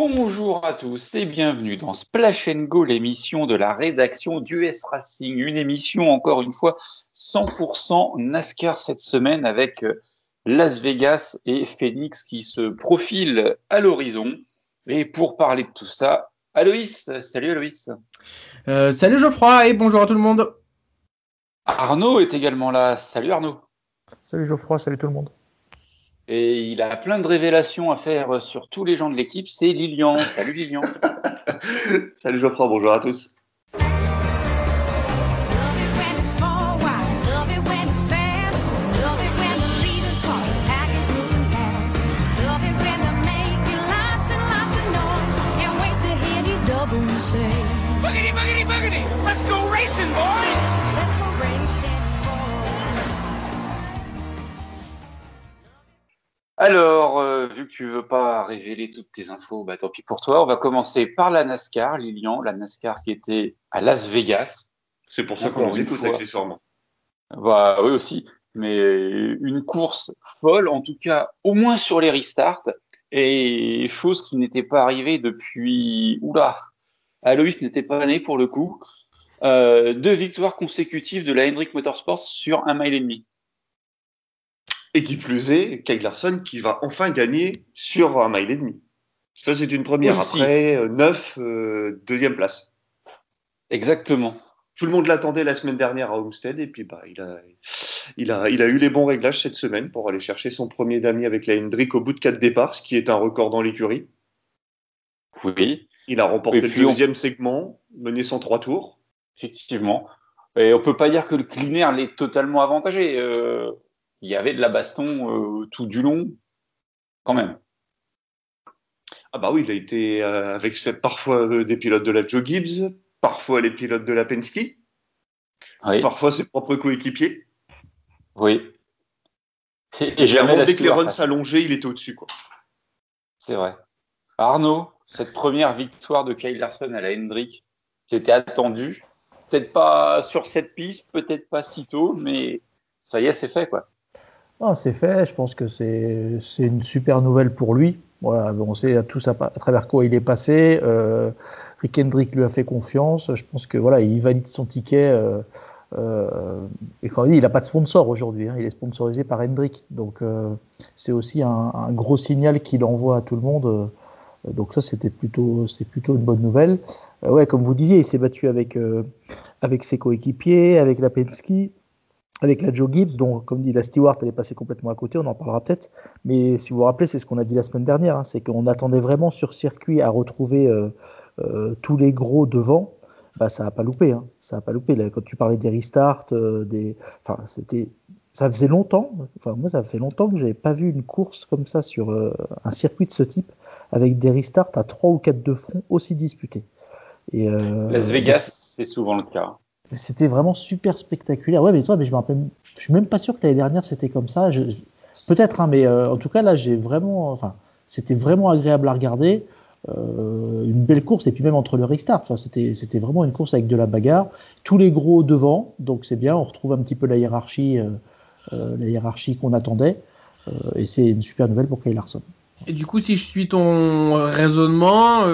Bonjour à tous et bienvenue dans Splash & Go, l'émission de la rédaction d'US Racing. Une émission, encore une fois, 100% NASCAR cette semaine avec Las Vegas et Phoenix qui se profilent à l'horizon. Et pour parler de tout ça, Aloïs. Salut Aloïs. Salut Geoffroy et bonjour à tout le monde. Arnaud est également là. Salut Arnaud. Salut Geoffroy, salut tout le monde. Et il a plein de révélations à faire sur tous les gens de l'équipe. C'est Lilian. Salut Lilian. Salut Geoffroy, bonjour à tous. Let's go racing, boys! Let's go racing, Alors, vu que tu veux pas révéler toutes tes infos, tant pis pour toi. On va commencer par la NASCAR, Lilian. La NASCAR qui était à Las Vegas. C'est pour ça qu'on nous écoute accessoirement. Bah oui aussi, mais une course folle, en tout cas au moins sur les restarts, et chose qui n'était pas arrivée depuis... Oula, Aloïs n'était pas né pour le coup. 2 victoires consécutives de la Hendrick Motorsports sur 1,5 miles. Et qui plus est, Kyle Larson qui va enfin gagner sur 1,5 miles. Ça, c'est une première. Oui, après 9, deuxième place. Exactement. Tout le monde l'attendait la semaine dernière à Homestead et puis il a eu les bons réglages cette semaine pour aller chercher son premier damier avec la Hendrick au bout de 4 départs, ce qui est un record dans l'écurie. Oui. Il a remporté le deuxième segment, mené son 3 tours. Effectivement. Et on peut pas dire que le Clean Air l'ait totalement avantagé. Il y avait de la baston tout du long, quand même. Ah bah oui, il a été avec parfois des pilotes de la Joe Gibbs, parfois les pilotes de la Penske, Oui. parfois ses propres coéquipiers. Oui. Et jamais dès que les runs s'allongeaient, il était au-dessus, quoi. C'est vrai. Arnaud, cette première victoire de Kyle Larson à la Hendrick, c'était attendu. Peut-être pas sur cette piste, peut-être pas si tôt, mais ça y est, c'est fait, quoi. Ah, c'est fait, je pense que c'est une super nouvelle pour lui. Voilà, on sait à tous à travers quoi il est passé. Rick Hendrick lui a fait confiance. Je pense que voilà, il valide son ticket. Et comme on dit, il n'a pas de sponsor aujourd'hui. Il est sponsorisé par Hendrick. Donc c'est aussi un gros signal qu'il envoie à tout le monde. Donc ça, c'est plutôt une bonne nouvelle. Ouais, comme vous disiez, il s'est battu avec ses coéquipiers, avec la Penske, avec la Joe Gibbs, dont, comme dit, la Stewart, elle est passée complètement à côté, on en parlera peut-être. Mais si vous vous rappelez, c'est ce qu'on a dit la semaine dernière, c'est qu'on attendait vraiment sur circuit à retrouver tous les gros devant. Ça n'a pas loupé. Ça n'a pas loupé. Là, quand tu parlais des restarts, ça faisait longtemps. Moi, ça fait longtemps que j'avais pas vu une course comme ça sur un circuit de ce type, avec des restarts à 3 ou 4 de front aussi disputés. Et, Las Vegas, c'est souvent le cas. C'était vraiment super spectaculaire. Ouais, mais je me rappelle, je suis même pas sûr que l'année dernière c'était comme ça. Peut-être, mais en tout cas là, c'était vraiment agréable à regarder. Une belle course, et puis même entre le restart, c'était vraiment une course avec de la bagarre. Tous les gros devant, donc c'est bien. On retrouve un petit peu la hiérarchie qu'on attendait, et c'est une super nouvelle pour Kyle Larson. Et du coup, si je suis ton raisonnement,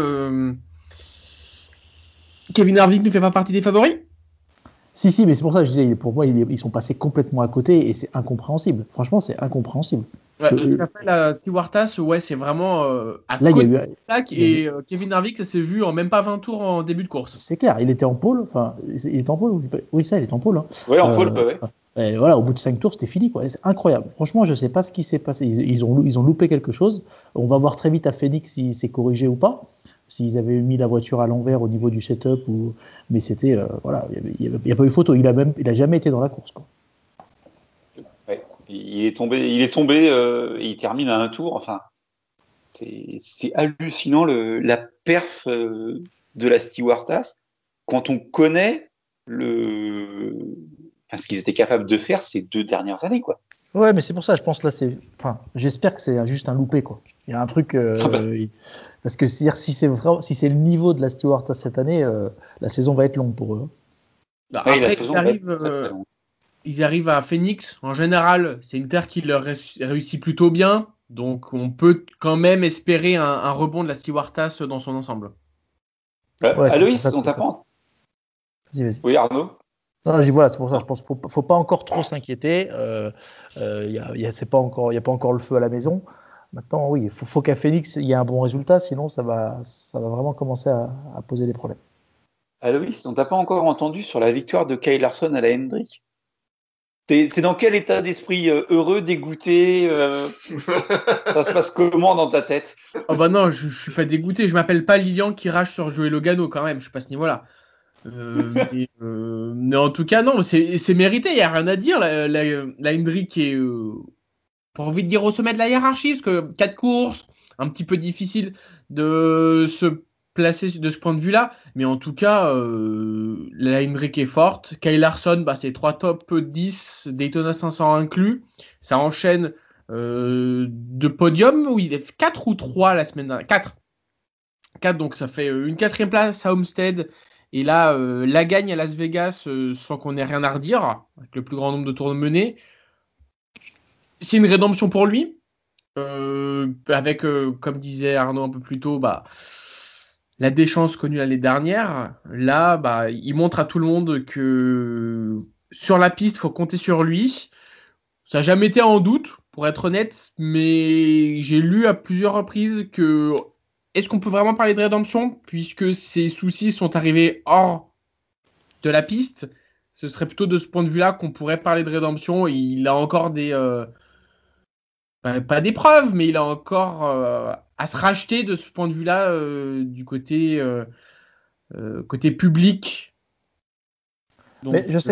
Kevin Harvick ne fait pas partie des favoris ? Si, mais c'est pour ça que je disais, pour moi, ils sont passés complètement à côté et c'est incompréhensible. Franchement, c'est incompréhensible. Ouais, tout à fait, la Stewart-Haas, ouais, c'est vraiment à là, côté de la plaque. Et Kevin Harvick, ça s'est vu en même pas 20 tours en début de course. C'est clair, il était en pôle. Il était en pôle. Oui, ça, il est en pôle. Oui, en pôle, ouais. Et voilà, au bout de 5 tours, c'était fini, quoi. C'est incroyable. Franchement, je ne sais pas ce qui s'est passé. Ils ont loupé quelque chose. On va voir très vite à Phoenix s'il s'est corrigé ou pas. S'ils avaient mis la voiture à l'envers au niveau du setup, mais c'était il n'y a pas eu photo. Il a jamais été dans la course, quoi. Ouais. Il est tombé et il termine à un tour. Enfin, c'est hallucinant la perf de la Stewart-Haas quand on connaît ce qu'ils étaient capables de faire ces 2 dernières années, quoi. Ouais, mais c'est pour ça, je pense là, j'espère que c'est juste un loupé, quoi. Il y a un truc, parce que si c'est le niveau de la Stewart cette année, la saison va être longue pour eux. Après, ils arrivent à Phoenix. En général, c'est une terre qui leur réussit plutôt bien. Donc on peut quand même espérer un rebond de la Stewart-Haas dans son ensemble. Ouais, c'est pour Aloïs, ça que on t'a pas. Vas-y. Oui, Arnaud. Non, je dis voilà, c'est pour ça. Je pense qu'il faut pas encore trop s'inquiéter. C'est pas encore, il y a pas encore le feu à la maison. Maintenant, oui, faut qu'à Phoenix il y ait un bon résultat, sinon ça va vraiment commencer à poser des problèmes. Aloïs, on t'a pas encore entendu sur la victoire de Kyle Larson à la Hendrick. C'est dans quel état d'esprit? Heureux, dégoûté? Ça se passe comment dans ta tête? Oh bah non, je suis pas dégoûté. Je m'appelle pas Lilian qui rage sur Joey Logano quand même. Je suis pas à ce niveau-là. Mais en tout cas, non, c'est mérité. Il y a rien à dire. La Hendrick est, pas envie de dire au sommet de la hiérarchie, parce que 4 courses, un petit peu difficile de se placer de ce point de vue-là. Mais en tout cas, la Hendrick est forte. Kyle Larson, bah, c'est 3 top 10, Daytona 500 inclus. Ça enchaîne de podium. Oui, il est 4 ou 3 la semaine dernière. 4. 4, donc ça fait une 4e place à Homestead. Et là, la gagne à Las Vegas sans qu'on ait rien à redire, avec le plus grand nombre de tours menés. C'est une rédemption pour lui. Avec, comme disait Arnaud un peu plus tôt, bah, la déchance connue l'année dernière. Là, bah, il montre à tout le monde que sur la piste, il faut compter sur lui. Ça n'a jamais été en doute, pour être honnête, mais j'ai lu à plusieurs reprises que est-ce qu'on peut vraiment parler de rédemption puisque ses soucis sont arrivés hors de la piste? Ce serait plutôt de ce point de vue-là qu'on pourrait parler de rédemption. Il a encore pas des preuves, mais il a encore à se racheter de ce point de vue-là du côté public. Donc, Mais je sais,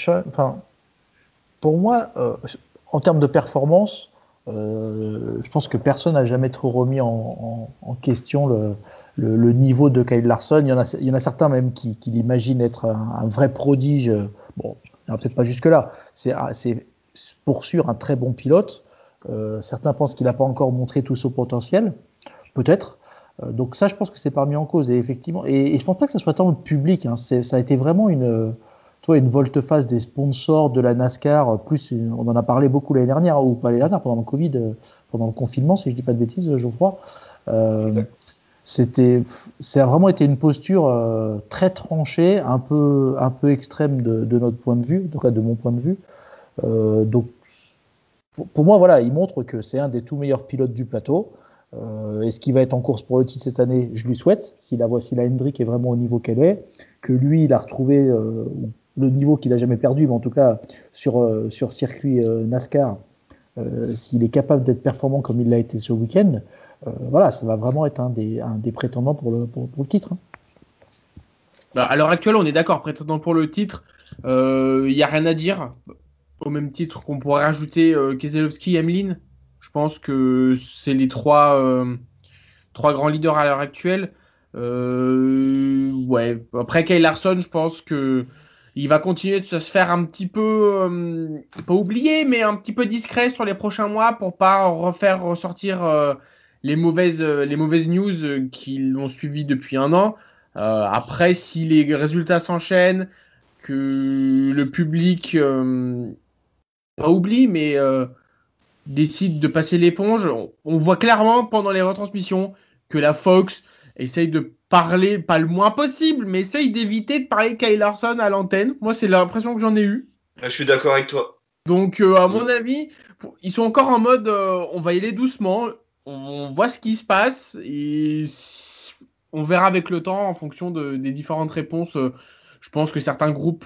pour moi, en termes de performance, je pense que personne n'a jamais trop remis en question le niveau de Kyle Larson. Il y en a certains même qui l'imaginent être un vrai prodige. Bon, il n'y en a peut-être pas jusque-là. C'est pour sûr un très bon pilote. Certains pensent qu'il n'a pas encore montré tout son potentiel, peut-être. Donc ça, je pense que c'est pas mis en cause. Et effectivement, et je pense pas que ça soit tant le public. Hein. Ça a été vraiment une volte-face des sponsors de la NASCAR. Plus, on en a parlé beaucoup l'année dernière, ou pas l'année dernière, pendant le Covid, pendant le confinement, si je dis pas de bêtises, Geoffroy. Ça a vraiment été une posture très tranchée, un peu extrême de notre point de vue, en tout cas de mon point de vue. Donc pour moi, voilà, il montre que c'est un des tout meilleurs pilotes du plateau. Est-ce qu'il va être en course pour le titre cette année? Je lui souhaite, si la Hendrick est vraiment au niveau qu'elle est, que lui, il a retrouvé le niveau qu'il a jamais perdu, mais en tout cas sur circuit NASCAR, s'il est capable d'être performant comme il l'a été ce week-end, voilà, ça va vraiment être un des prétendants pour le titre. Hein. Bah, à l'heure actuelle, on est d'accord, prétendant pour le titre, il n'y a rien à dire. Au même titre qu'on pourrait rajouter Keselowski et Hamlin. Je pense que c'est les trois grands leaders à l'heure actuelle. Ouais. Après Kyle Larson, je pense que il va continuer de se faire un petit peu, pas oublier, mais un petit peu discret sur les prochains mois pour pas refaire ressortir les mauvaises news qui l'ont suivi depuis un an. Après, si les résultats s'enchaînent, que le public pas oublie, mais décide de passer l'éponge. On voit clairement pendant les retransmissions que la Fox essaye de parler, pas le moins possible, mais essaye d'éviter de parler de Kyle Larson à l'antenne. Moi, c'est l'impression que j'en ai eue. Je suis d'accord avec toi. Donc, à mon avis, ils sont encore en mode on va y aller doucement, on voit ce qui se passe et on verra avec le temps en fonction des différentes réponses. Je pense que certains groupes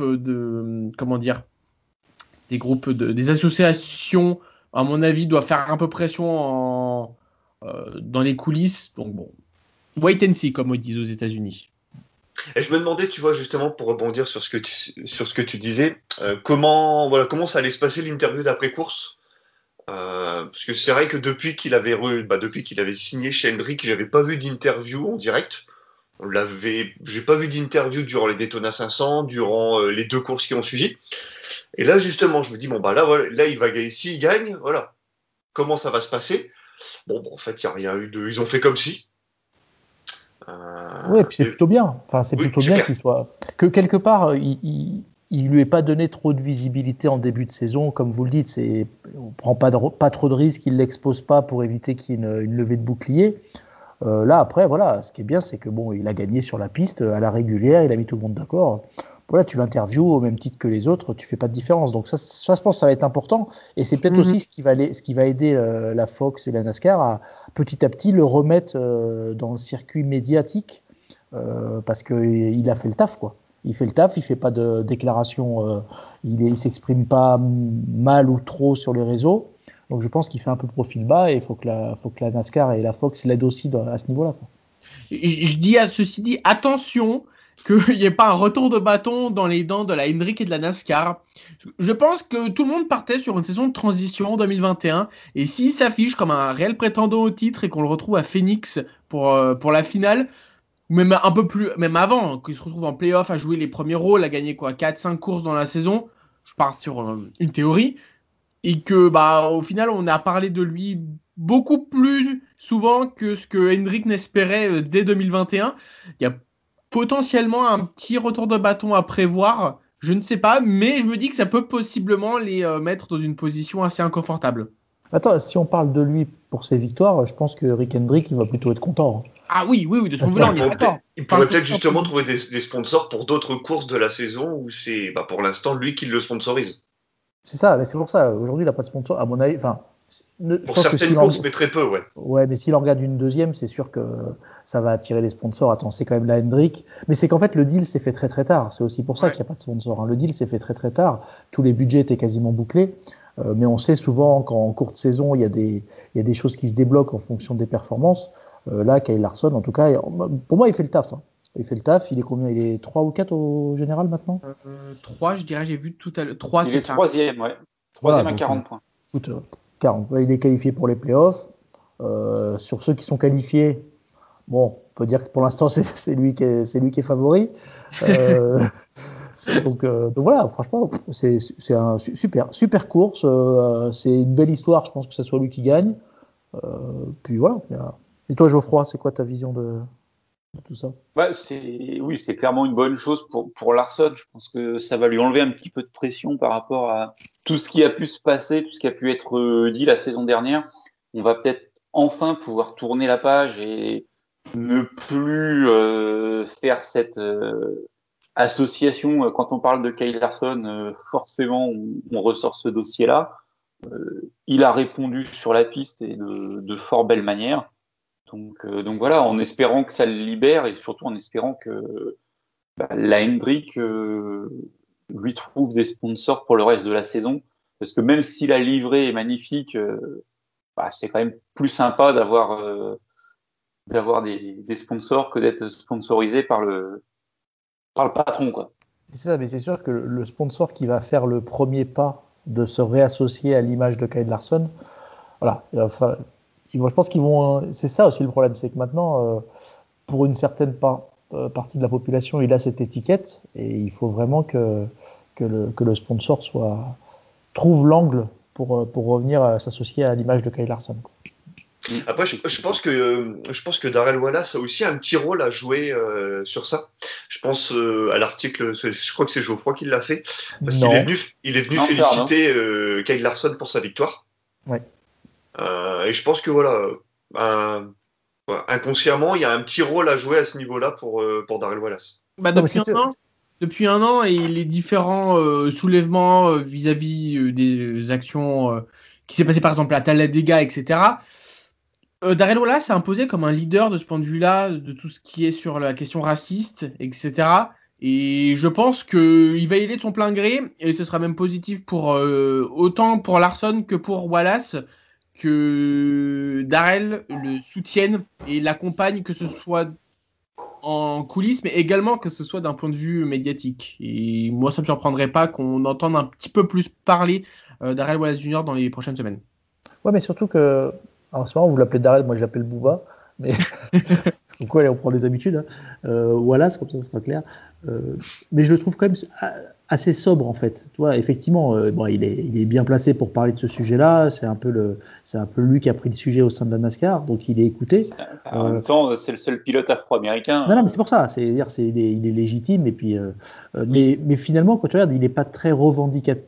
des associations, à mon avis, doivent faire un peu pression dans les coulisses. Donc bon, wait and see, comme ils disent aux États-Unis. Et je me demandais, tu vois, justement, pour rebondir sur ce que tu disais, comment ça allait se passer l'interview d'après-course. Parce que c'est vrai que depuis qu'il avait signé chez Hendrick, j'avais pas vu d'interview en direct. J'ai pas vu d'interview durant les Daytona 500, durant les 2 courses qui ont suivi. Et là, justement, je me dis, bon, bah là, voilà, là, il va gagner. S'il gagne, voilà. Comment ça va se passer? Bon, en fait, il n'y a rien eu de. Ils ont fait comme si. Oui, et puis c'est plutôt bien. Enfin, c'est plutôt bien qu'il soit. Que quelque part, il lui est pas donné trop de visibilité en début de saison, comme vous le dites. On prend pas trop de risques, il l'expose pas pour éviter qu'il y ait une levée de bouclier. Là après, voilà, ce qui est bien, c'est que bon, il a gagné sur la piste à la régulière, il a mis tout le monde d'accord. Voilà, tu l'interviews au même titre que les autres, tu fais pas de différence. Donc ça je pense que ça va être important. Et c'est peut-être aussi ce qui va aider la Fox et la NASCAR à petit à petit le remettre dans le circuit médiatique, parce qu'il a fait le taf, quoi. Il fait le taf, il fait pas de déclaration, il s'exprime pas mal ou trop sur les réseaux. Donc je pense qu'il fait un peu profil bas et il faut que la NASCAR et la Fox l'aident aussi à ce niveau-là, quoi. Je dis ceci dit, attention qu'il n'y ait pas un retour de bâton dans les dents de la Hendrick et de la NASCAR. Je pense que tout le monde partait sur une saison de transition en 2021 et s'il s'affiche comme un réel prétendant au titre et qu'on le retrouve à Phoenix pour la finale, ou même un peu plus, même avant, qu'il se retrouve en playoff à jouer les premiers rôles, à gagner 4-5 courses dans la saison, je pars sur une théorie, et que au final on a parlé de lui beaucoup plus souvent que ce que Hendrick n'espérait dès 2021. Il y a potentiellement un petit retour de bâton à prévoir, je ne sais pas, mais je me dis que ça peut possiblement les mettre dans une position assez inconfortable. Attends, si on parle de lui pour ses victoires, je pense que Rick Hendrick, il va plutôt être content. Ah oui, de ce point-là, on est d'accord. Il pourrait peut-être justement trouver des sponsors pour d'autres courses de la saison où c'est pour l'instant lui qui le sponsorise. C'est ça, mais c'est pour ça. Aujourd'hui, il n'a pas de sponsor, à mon avis. Enfin, pour certaines courses, mais très peu, ouais. Ouais, mais s'il en regarde une deuxième, c'est sûr que ça va attirer les sponsors. Attends, c'est quand même la Hendrick. Mais c'est qu'en fait, le deal s'est fait très très tard. C'est aussi pour ça qu'il n'y a pas de sponsor, hein. Le deal s'est fait très très tard. Tous les budgets étaient quasiment bouclés. Mais on sait souvent qu'en courte saison, il y a des choses qui se débloquent en fonction des performances. Là, Kyle Larson, en tout cas, pour moi, il fait le taf, hein. Il fait le taf, il est combien? Il est 3 ou 4 au général maintenant? 3, je dirais, j'ai vu tout à l'heure. 3, il est troisième, ouais. Troisième à 40 points. Écoute, 40. Il est qualifié pour les playoffs. Sur ceux qui sont qualifiés, bon, on peut dire que pour l'instant, c'est lui qui est favori. Donc voilà, franchement, c'est un super course. C'est une belle histoire, je pense que ce soit lui qui gagne. Puis voilà. Et toi, Geoffroy, c'est quoi ta vision de tout ça? Oui, c'est clairement une bonne chose pour Larson. Je pense que ça va lui enlever un petit peu de pression par rapport à tout ce qui a pu se passer, tout ce qui a pu être dit la saison dernière. On va peut-être enfin pouvoir tourner la page et ne plus faire cette association. Quand on parle de Kyle Larson, forcément, on ressort ce dossier-là. Il a répondu sur la piste et de fort belle manière. Donc voilà, en espérant que ça le libère et surtout en espérant que la Hendrick lui trouve des sponsors pour le reste de la saison. Parce que même si la livrée est magnifique, c'est quand même plus sympa d'avoir des sponsors que d'être sponsorisé par le patron, quoi. C'est ça, mais c'est sûr que le sponsor qui va faire le premier pas de se réassocier à l'image de Kyle Larson, voilà, je pense qu'ils vont. C'est ça aussi le problème, c'est que maintenant, pour une certaine partie de la population, il a cette étiquette et il faut vraiment que le sponsor trouve l'angle pour revenir s'associer à l'image de Kyle Larson. Après, je pense que Darrell Wallace a aussi un petit rôle à jouer sur ça. Je pense à l'article, je crois que c'est Geoffroy qui l'a fait, parce qu'il est venu féliciter Kyle Larson pour sa victoire. Ouais. Et je pense que voilà, inconsciemment, il y a un petit rôle à jouer à ce niveau-là pour Darrell Wallace. Depuis un an et les différents soulèvements vis-à-vis des actions qui s'est passé par exemple à Talladega, etc. Darrell Wallace s'est imposé comme un leader de ce point de vue-là, de tout ce qui est sur la question raciste, etc. Et je pense qu'il va y aller de son plein gré et ce sera même positif pour autant pour Larson que pour Wallace, que Darrell le soutienne et l'accompagne, que ce soit en coulisses, mais également que ce soit d'un point de vue médiatique. Et moi, ça ne me surprendrait pas qu'on entende un petit peu plus parler Darrell Wallace Jr. dans les prochaines semaines. Ouais, mais surtout que, alors c'est marrant, vous l'appelez Darrell, moi je l'appelle Booba, mais pourquoi on prend des habitudes, hein. Wallace, comme ça sera clair. Mais je le trouve quand même assez sobre en fait. Tu vois, effectivement, bon, il est bien placé pour parler de ce sujet-là. C'est un peu lui qui a pris le sujet au sein de la NASCAR, donc il est écouté. En même temps, c'est le seul pilote afro-américain. Non, mais c'est pour ça. Il est légitime et puis, mais finalement, quand tu regardes, il n'est pas très revendicatif.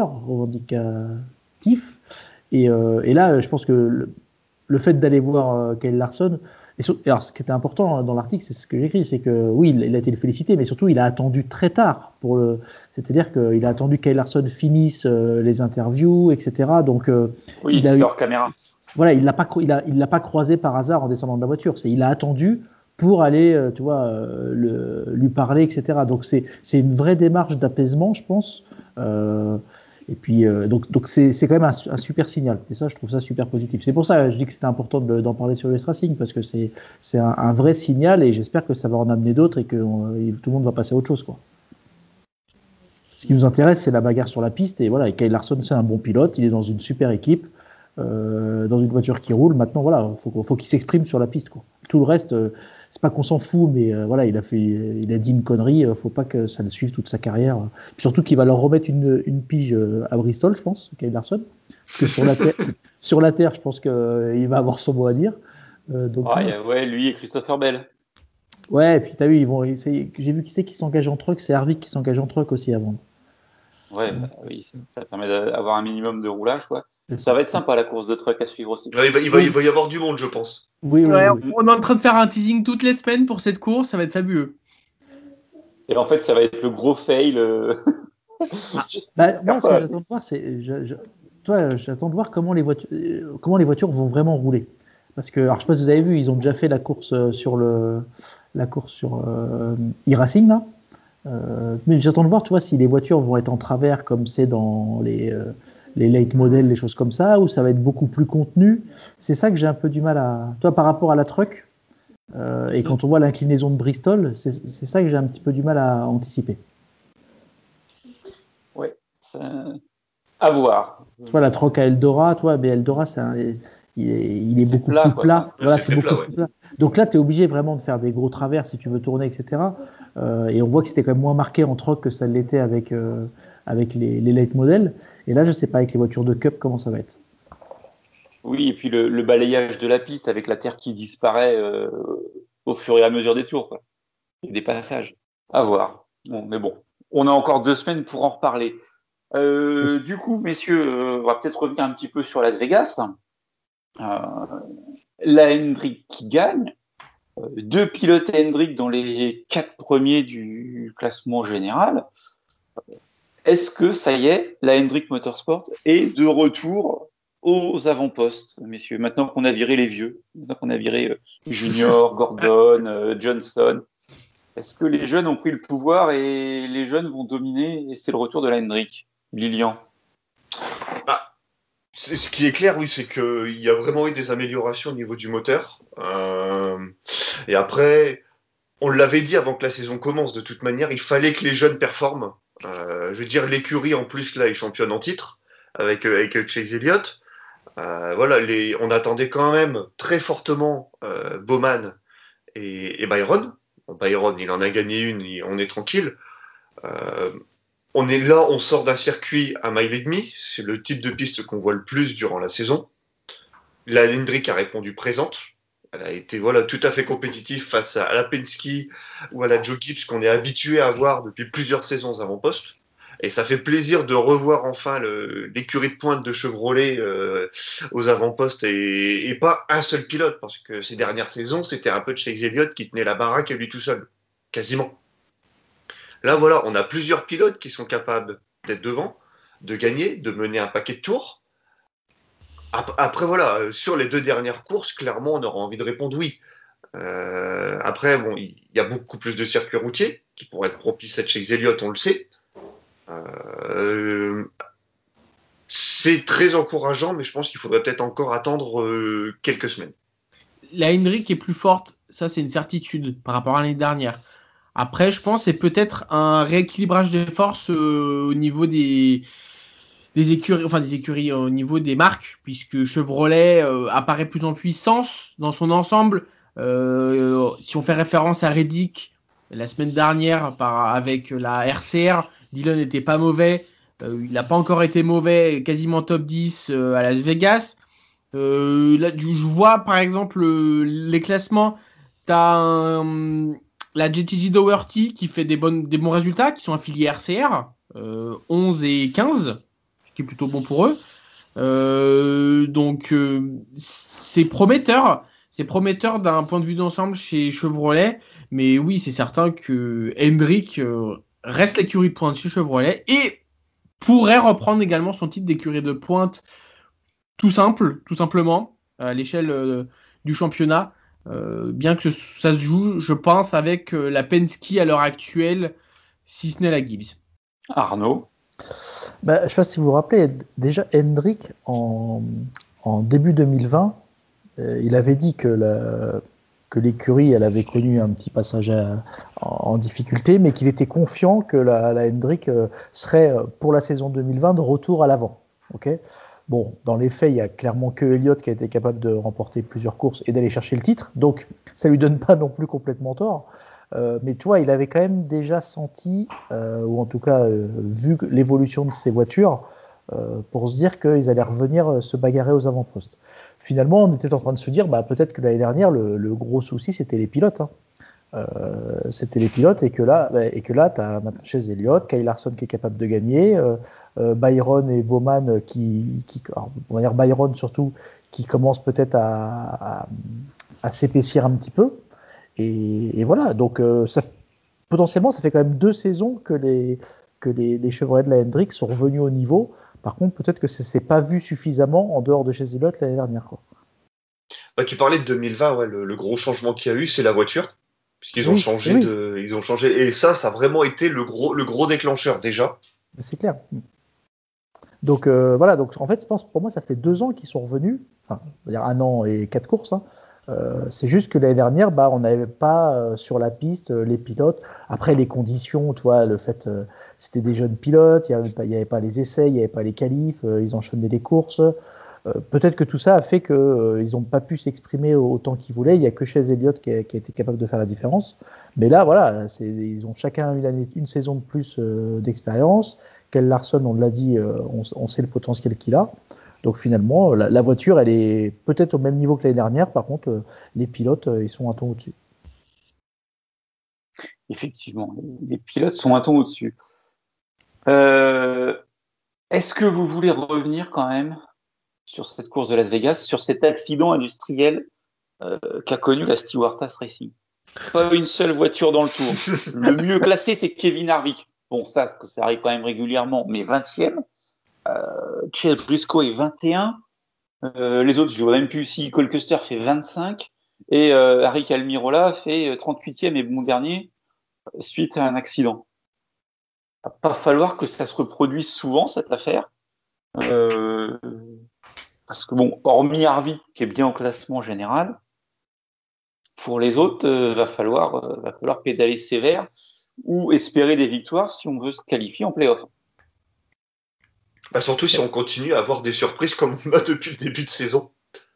Et là, je pense que le fait d'aller voir Kyle Larson. Alors, ce qui était important dans l'article, c'est ce que j'écris, c'est que oui, il a été félicité, mais surtout, il a attendu très tard c'est-à-dire qu'il a attendu que Kyle Larson finisse les interviews, etc. Donc, oui, c'est hors caméra. Voilà, il l'a pas croisé par hasard en descendant de la voiture. Il a attendu pour aller, tu vois, lui parler, etc. Donc, c'est une vraie démarche d'apaisement, je pense. Et puis, donc c'est quand même un super signal. Et ça, je trouve ça super positif. C'est pour ça que je dis que c'était important d'en parler sur US Racing, parce que c'est un vrai signal et j'espère que ça va en amener d'autres et que tout le monde va passer à autre chose, quoi. Ce qui nous intéresse, c'est la bagarre sur la piste. Et voilà, et Kyle Larson, c'est un bon pilote. Il est dans une super équipe, dans une voiture qui roule. Maintenant, voilà, faut qu'il s'exprime sur la piste, quoi. Tout le reste, c'est pas qu'on s'en fout, mais voilà, il a dit une connerie. Faut pas que ça le suive toute sa carrière. Puis surtout qu'il va leur remettre une pige à Bristol, je pense, Kyle Larson. Parce que sur la terre, je pense qu'il va avoir son mot à dire. Donc, ouais, lui et Christopher Bell. Ouais, et puis t'as vu, j'ai vu qui c'est qui s'engage en truck. C'est Harvick qui s'engage en truck aussi avant. Ouais, oui, ça permet d'avoir un minimum de roulage, quoi. Ça va être sympa la course de truck à suivre aussi. Ouais, il va y avoir du monde, je pense. Oui. On est en train de faire un teasing toutes les semaines pour cette course, ça va être fabuleux. Et en fait, ça va être le gros fail. Moi, ce que j'attends de voir, c'est, j'attends de voir comment les voitures vont vraiment rouler. Parce que, alors, je sais pas si vous avez vu, ils ont déjà fait la course sur e-Racing là. Mais j'attends de voir, tu vois, si les voitures vont être en travers comme c'est dans les late models, les choses comme ça, ou ça va être beaucoup plus contenu. C'est ça que j'ai un peu du mal à. Toi, par rapport à la truck, et quand on voit l'inclinaison de Bristol, c'est ça que j'ai un petit peu du mal à anticiper. Ouais, à voir. Tu vois, la truck à Eldora, mais Eldora, il est beaucoup plat, plus plat. Voilà, c'est beaucoup plat, plus plat. Donc là, tu es obligé vraiment de faire des gros travers si tu veux tourner, etc. Et on voit que c'était quand même moins marqué en truck que ça l'était avec les late models. Et là, je sais pas avec les voitures de Cup comment ça va être. Oui, et puis le balayage de la piste avec la terre qui disparaît au fur et à mesure des tours, quoi. Et des passages. À voir. Bon, mais bon, on a encore 2 semaines pour en reparler. Du coup, messieurs, on va peut-être revenir un petit peu sur Las Vegas. La Hendrick qui gagne. 2 pilotes Hendrick dans les 4 premiers du classement général. Est-ce que ça y est, la Hendrick Motorsport est de retour aux avant-postes, messieurs, maintenant qu'on a viré les vieux, maintenant qu'on a viré Junior, Gordon, Johnson, est-ce que les jeunes ont pris le pouvoir et les jeunes vont dominer et c'est le retour de la Hendrick? Lilian? Ce qui est clair, oui, c'est qu'il y a vraiment eu des améliorations au niveau du moteur. Et après, on l'avait dit avant que la saison commence, de toute manière, il fallait que les jeunes performent. Je veux dire, l'écurie, en plus, là, est championne en titre avec Chase Elliott. Voilà, on attendait quand même très fortement Bowman et Byron. Bon, Byron, il en a gagné une, on est tranquille. On est là, on sort d'un circuit à mile et demi. C'est le type de piste qu'on voit le plus durant la saison. La Hendrick a répondu présente. Elle a été tout à fait compétitive face à la Penske ou à la Joe Gibbs qu'on est habitué à voir depuis plusieurs saisons avant-poste. Et ça fait plaisir de revoir enfin l'écurie de pointe de Chevrolet aux avant-postes et pas un seul pilote, parce que ces dernières saisons, c'était un peu de Chase Elliott qui tenait la baraque à lui tout seul, quasiment. Là, voilà, on a plusieurs pilotes qui sont capables d'être devant, de gagner, de mener un paquet de tours. Après, voilà, sur les 2 dernières courses, clairement, on aura envie de répondre oui. Après, bon, il y a beaucoup plus de circuits routiers qui pourraient être propices à Chase Elliott, on le sait. C'est très encourageant, mais je pense qu'il faudrait peut-être encore attendre quelques semaines. La Hendrick est plus forte, ça c'est une certitude par rapport à l'année dernière. Après, je pense que c'est peut-être un rééquilibrage des forces au niveau des écuries, au niveau des marques, puisque Chevrolet apparaît plus en puissance dans son ensemble. Si on fait référence à Reddick La semaine dernière, avec la RCR, Dillon n'était pas mauvais. Il n'a pas encore été mauvais, quasiment top 10 à Las Vegas. Là, je vois par exemple les classements. La JTG Doherty qui fait des bons résultats, qui sont affiliés RCR, 11 et 15, ce qui est plutôt bon pour eux. Donc c'est prometteur. C'est prometteur d'un point de vue d'ensemble chez Chevrolet. Mais oui, c'est certain que Hendrick reste l'écurie de pointe chez Chevrolet et pourrait reprendre également son titre d'écurie de pointe tout simplement, à l'échelle du championnat. Bien que ça se joue, je pense, avec la Penske à l'heure actuelle, si ce n'est la Gibbs. Arnaud? Je ne sais pas si vous vous rappelez, déjà Hendrick, en début 2020, il avait dit que l'écurie elle avait connu un petit passage en difficulté, mais qu'il était confiant que la Hendrick serait pour la saison 2020 de retour à l'avant. Okay, bon, dans les faits, il y a clairement que Elliott qui a été capable de remporter plusieurs courses et d'aller chercher le titre, donc ça lui donne pas non plus complètement tort. Mais tu vois, il avait quand même déjà senti, ou en tout cas vu l'évolution de ces voitures, pour se dire qu'ils allaient revenir se bagarrer aux avant-postes. Finalement, on était en train de se dire, peut-être que l'année dernière, le gros souci, c'était les pilotes. C'était les pilotes et que là, tu as maintenant chez Elliott, Kyle Larson qui est capable de gagner, Byron et Bowman on va dire Byron surtout, qui commence peut-être à s'épaissir un petit peu. Et voilà, donc potentiellement, ça fait quand même 2 saisons que les Chevrolet de la Hendrick sont revenus au niveau. Par contre, peut-être que ça s'est pas vu suffisamment en dehors de chez Elliott l'année dernière, quoi. Tu parlais de 2020, ouais, le gros changement qu'il y a eu, c'est la voiture, puisqu'ils ont Oui, changé oui, ils ont changé, et ça a vraiment été le gros déclencheur déjà. c'est clair. Donc voilà, donc en fait, je pense pour moi, ça fait 2 ans qu'ils sont revenus, enfin, on va dire 1 an et 4 courses. C'est juste que l'année dernière, on n'avait pas sur la piste les pilotes. Après, les conditions, tu vois, le fait, c'était des jeunes pilotes, il n'y avait pas les essais, il n'y avait pas les qualifs, ils enchaînaient les courses. Peut-être que tout ça a fait qu'ils n'ont pas pu s'exprimer autant qu'ils voulaient. Il n'y a que chez Elliott qui a été capable de faire la différence. Mais là, voilà, ils ont chacun une saison de plus d'expérience. Kyle Larson, on l'a dit, on sait le potentiel qu'il a. Donc finalement, la voiture, elle est peut-être au même niveau que l'année dernière. Par contre, les pilotes, ils sont un ton au-dessus. Effectivement, les pilotes sont un ton au-dessus. Est-ce que vous voulez revenir quand même sur cette course de Las Vegas, sur cet accident industriel qu'a connu la Stewart Haas Racing? Pas une seule voiture dans le tour. Le mieux classé, c'est Kevin Harvick. Bon, ça arrive quand même régulièrement, mais 20e. Chase Briscoe est 21. Les autres, je ne vois même plus si Cole Custer fait 25. Et Eric Almirola fait 38e et bon dernier suite à un accident. Il va pas falloir que ça se reproduise souvent, cette affaire. Parce que bon, hormis Harvick, qui est bien au classement général, pour les autres, va falloir pédaler sévère ou espérer des victoires si on veut se qualifier en play-off. Surtout si on continue à avoir des surprises comme on a depuis le début de saison.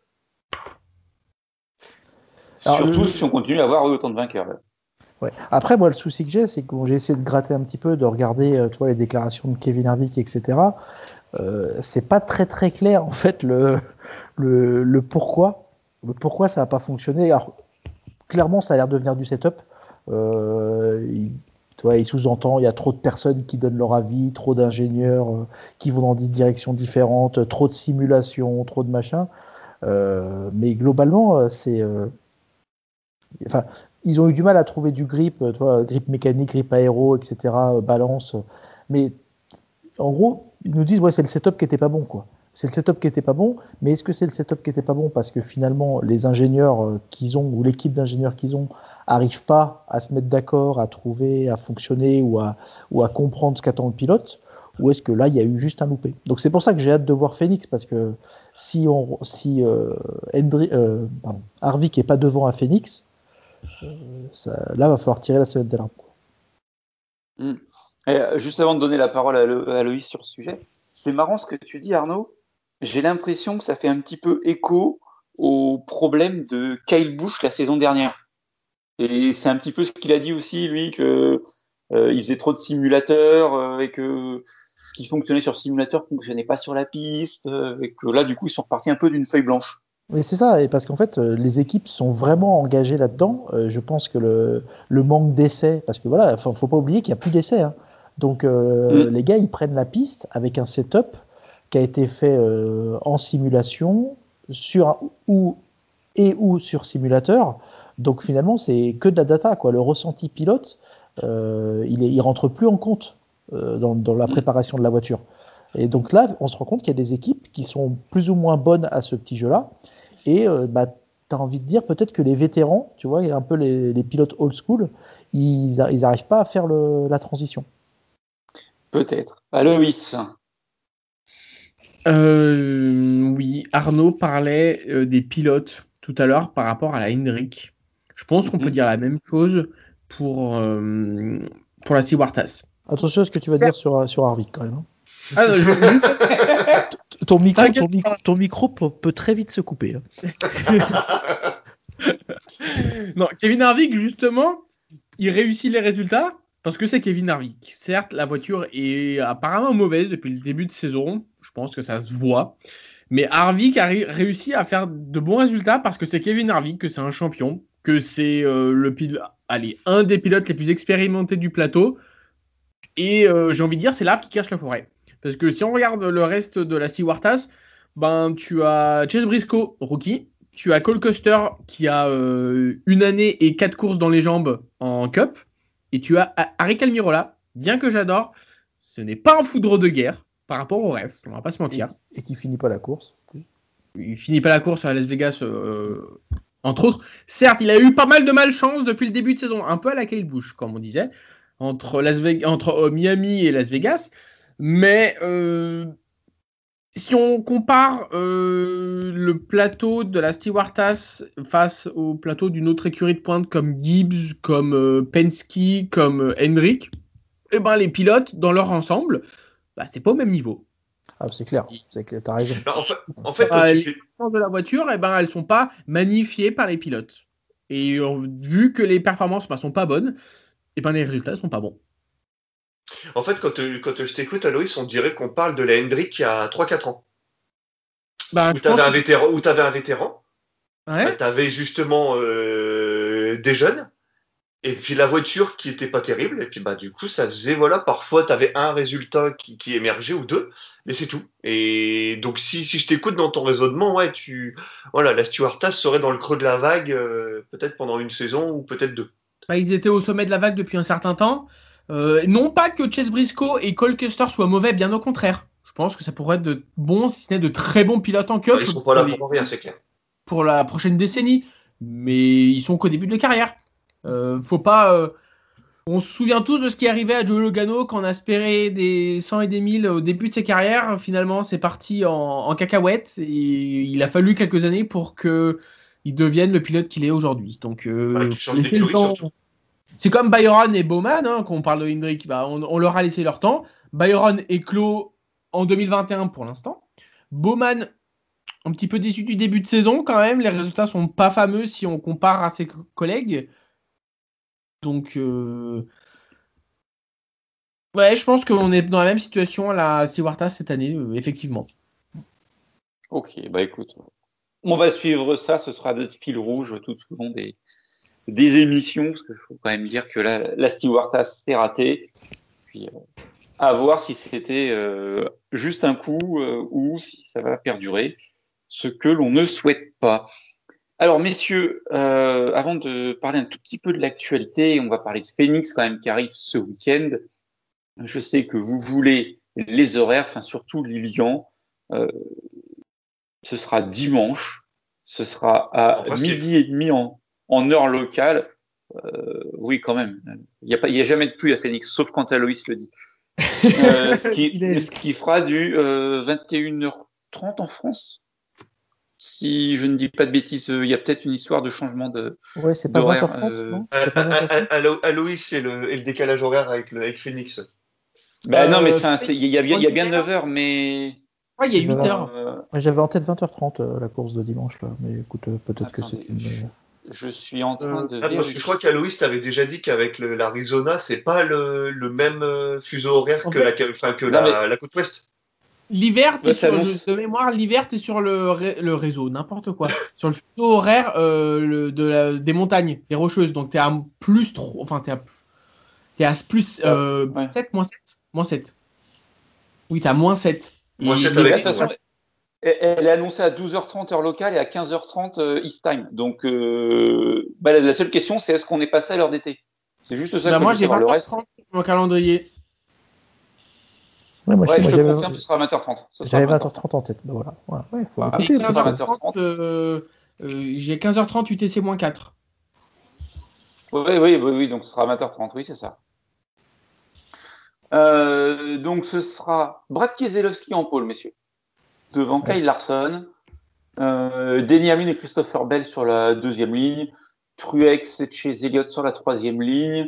Surtout si on continue à avoir autant de vainqueurs. Là. Ouais. Après, moi, le souci que j'ai, c'est que j'ai essayé de gratter un petit peu, de regarder les déclarations de Kevin Harvick, etc. C'est pas très très clair, en fait, le pourquoi. Le pourquoi ça n'a pas fonctionné. Alors, clairement, ça a l'air de venir du setup. Il sous-entend, il y a trop de personnes qui donnent leur avis, trop d'ingénieurs qui vont dans des directions différentes, trop de simulations, trop de machins. Mais globalement, ils ont eu du mal à trouver du grip, grip mécanique, grip aéro, etc., balance. Mais en gros, ils nous disent, c'est le setup qui était pas bon, quoi. C'est le setup qui était pas bon, mais est-ce que c'est le setup qui était pas bon parce que finalement les ingénieurs qu'ils ont ou l'équipe d'ingénieurs qu'ils ont arrivent pas à se mettre d'accord, à trouver, à fonctionner ou à comprendre ce qu'attend le pilote, ou est-ce que là il y a eu juste un loupé? Donc c'est pour ça que j'ai hâte de voir Phoenix, parce que si Harvick est pas devant à Phoenix, là va falloir tirer la sonnette d'alarme. Juste avant de donner la parole à Loïs sur le sujet, c'est marrant ce que tu dis, Arnaud. J'ai l'impression que ça fait un petit peu écho au problème de Kyle Busch la saison dernière. Et c'est un petit peu ce qu'il a dit aussi, lui, que il faisait trop de simulateurs et que ce qui fonctionnait sur simulateur fonctionnait pas sur la piste et que là, du coup, ils sont repartis un peu d'une feuille blanche. Mais c'est ça, et parce qu'en fait, les équipes sont vraiment engagées là-dedans. Je pense que le manque d'essais, parce que voilà, faut pas oublier qu'il n'y a plus d'essais, hein. Donc les gars, ils prennent la piste avec un setup qui a été fait en simulation sur ou sur simulateur. Donc finalement, c'est que de la data, quoi. Le ressenti pilote, il rentre plus en compte dans la préparation de la voiture. Et donc là, on se rend compte qu'il y a des équipes qui sont plus ou moins bonnes à ce petit jeu-là. Et tu as envie de dire peut-être que les vétérans, tu vois, un peu les pilotes old school, ils n'arrivent pas à faire la transition. Peut-être. Aloïs. Oui, Arnaud parlait des pilotes tout à l'heure par rapport à la Hendrick. Je pense qu'on peut dire la même chose pour la Stewart-Haas. Attention à ce que tu vas dire sur Harvick quand même, hein. Ah, Ton micro peut très vite se couper, hein. Non, Kevin Harvick, justement, il réussit les résultats parce que c'est Kevin Harvick. Certes, la voiture est apparemment mauvaise depuis le début de saison. Je pense que ça se voit. Mais Harvick a réussi à faire de bons résultats parce que c'est Kevin Harvick, que c'est un champion, que c'est un des pilotes les plus expérimentés du plateau. Et j'ai envie de dire, c'est l'arbre qui cache la forêt. Parce que si on regarde le reste de la Stewart-Haas, ben, tu as Chase Briscoe, rookie. Tu as Cole Custer qui a 1 année et 4 courses dans les jambes en Cup. Et tu as Aric Almirola, bien que j'adore, ce n'est pas un foudre de guerre par rapport au reste, on va pas se mentir. Et qui finit pas la course. Il finit pas la course à Las Vegas, entre autres. Certes, il a eu pas mal de malchance depuis le début de saison, un peu à la Kyle Busch, comme on disait, entre Miami et Las Vegas. Mais si on compare le plateau de la Stewart-Haas face au plateau d'une autre écurie de pointe comme Gibbs, comme Penske, comme Hendrick, eh ben, les pilotes, dans leur ensemble, c'est pas au même niveau. Ah, c'est clair, t'as raison. En fait les performances de la voiture, elles sont pas magnifiées par les pilotes. Et vu que les performances sont pas bonnes, les résultats sont pas bons. En fait, quand je t'écoute, Aloïs, on dirait qu'on parle de la Hendrick qui a 3-4 ans. Où t'avais un vétéran, Ouais. t'avais justement des jeunes, et puis la voiture qui était pas terrible, et puis du coup ça faisait parfois t'avais un résultat qui émergeait ou deux, mais c'est tout. Et donc si je t'écoute dans ton raisonnement, la Stewart-Haas serait dans le creux de la vague peut-être pendant une saison ou peut-être deux. Ils étaient au sommet de la vague depuis un certain temps. Non pas que Chase Briscoe et Cole Custer soient mauvais, bien au contraire. Je pense que ça pourrait être de bons, si ce n'est de très bons pilotes en Cup. Ils sont pas là pour rien, c'est clair. Pour la prochaine décennie, mais ils sont qu'au début de la carrière. Faut pas. On se souvient tous de ce qui est arrivé à Joey Logano quand on a espéré des 100 et des 1000 au début de ses carrières. Finalement, c'est parti en cacahuète et il a fallu quelques années pour qu'il devienne le pilote qu'il est aujourd'hui. Donc, qu'il change d'écurie surtout. C'est comme Byron et Bowman, quand on parle de Hendrick, on leur a laissé leur temps. Byron est clos en 2021 pour l'instant. Bowman, un petit peu déçu du début de saison quand même. Les résultats sont pas fameux si on compare à ses collègues. Donc, je pense qu'on est dans la même situation à la Stewart-Haas cette année, effectivement. Ok, écoute, on va suivre ça. Ce sera notre fil rouge tout au long des émissions, parce qu'il faut quand même dire que la Stewart-Haas s'est ratée. Puis à voir si c'était juste un coup ou si ça va perdurer, ce que l'on ne souhaite pas. Alors messieurs, avant de parler un tout petit peu de l'actualité, on va parler de Phoenix quand même qui arrive ce week-end. Je sais que vous voulez les horaires, surtout Lilian. Ce sera dimanche, ce sera à 12h30 en heure locale. Oui, quand même. Il y a jamais de pluie à Phoenix, sauf quand Aloïs le dit. Ce qui fera du 21h30 en France. Si je ne dis pas de bêtises, il y a peut-être une histoire de changement de. Ouais, c'est pas 20h30, non? Aloïs, et le décalage horaire avec Phoenix. Non, mais il y a bien 9h, mais. Ouais, il y a 8h. J'avais en tête 20h30 la course de dimanche, là. Mais écoute, peut-être que c'est une. Je suis en train de Parce que vérifier. je crois qu'Aloïs t'avait déjà dit qu'avec l'Arizona, c'est pas le même fuseau horaire En que fait, non, mais- la côte ouest. l'hiver, Ouais, ça sur annonce. de mémoire, l'hiver, t'es sur le réseau, n'importe quoi. Sur le fuseau horaire des montagnes, des rocheuses. Donc, t'es à plus 3, enfin, t'es à plus Ouais. 7, moins 7. Oui, t'as moins 7. Moins 7 Et là, avec de toute nous. façon, elle est annoncée à 12h30 heure locale et à 15h30 East Time. Donc, la seule question, c'est est-ce qu'on est passé à l'heure d'été? C'est juste ça Bah, que moi, je veux j'ai savoir. Le reste, 20h30 sur mon calendrier. Ouais, moi, ouais, je te j'avais confirme, ce sera 20h30. Ce sera j'avais 20h30. 20h30 en tête. Ben voilà. Ouais, faut Voilà. Et écouter. Ce sera 15h30, 20h30. j'ai 15h30 UTC-4. Oui, donc ce sera 20h30, oui, c'est ça. Donc ce sera Brad Keselowski en pôle, messieurs. Devant Ouais. Kyle Larson, Denny Hamlin et Christopher Bell sur la deuxième ligne, Truex et Chase Elliott sur la troisième ligne,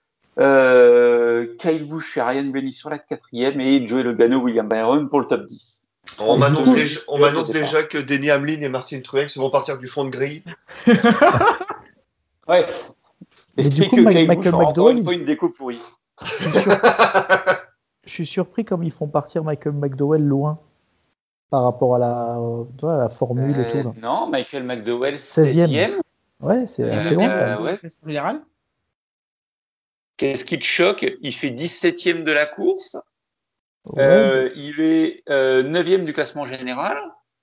Kyle Busch et Ryan Blaney sur la quatrième et Joey Logano, William Byron pour le top 10. On Et du m'annonce coup- déjà, on m'annonce déjà que Denny Hamlin et Martin Truex vont partir du fond de grille. Ouais. Mais Et du coup, que Kyle Michael Busch aura encore McDowell, une fois une déco pourrie. je suis, sur- je suis surpris comme ils font partir Michael McDowell loin par rapport à la formule et tout. Là. Non, Michael McDowell, 16e. 16e. Ouais, c'est assez loin. Quand même. Ouais. Général. Qu'est-ce qui te choque? Il fait 17e de la course. Ouais, Il est 9e du classement général.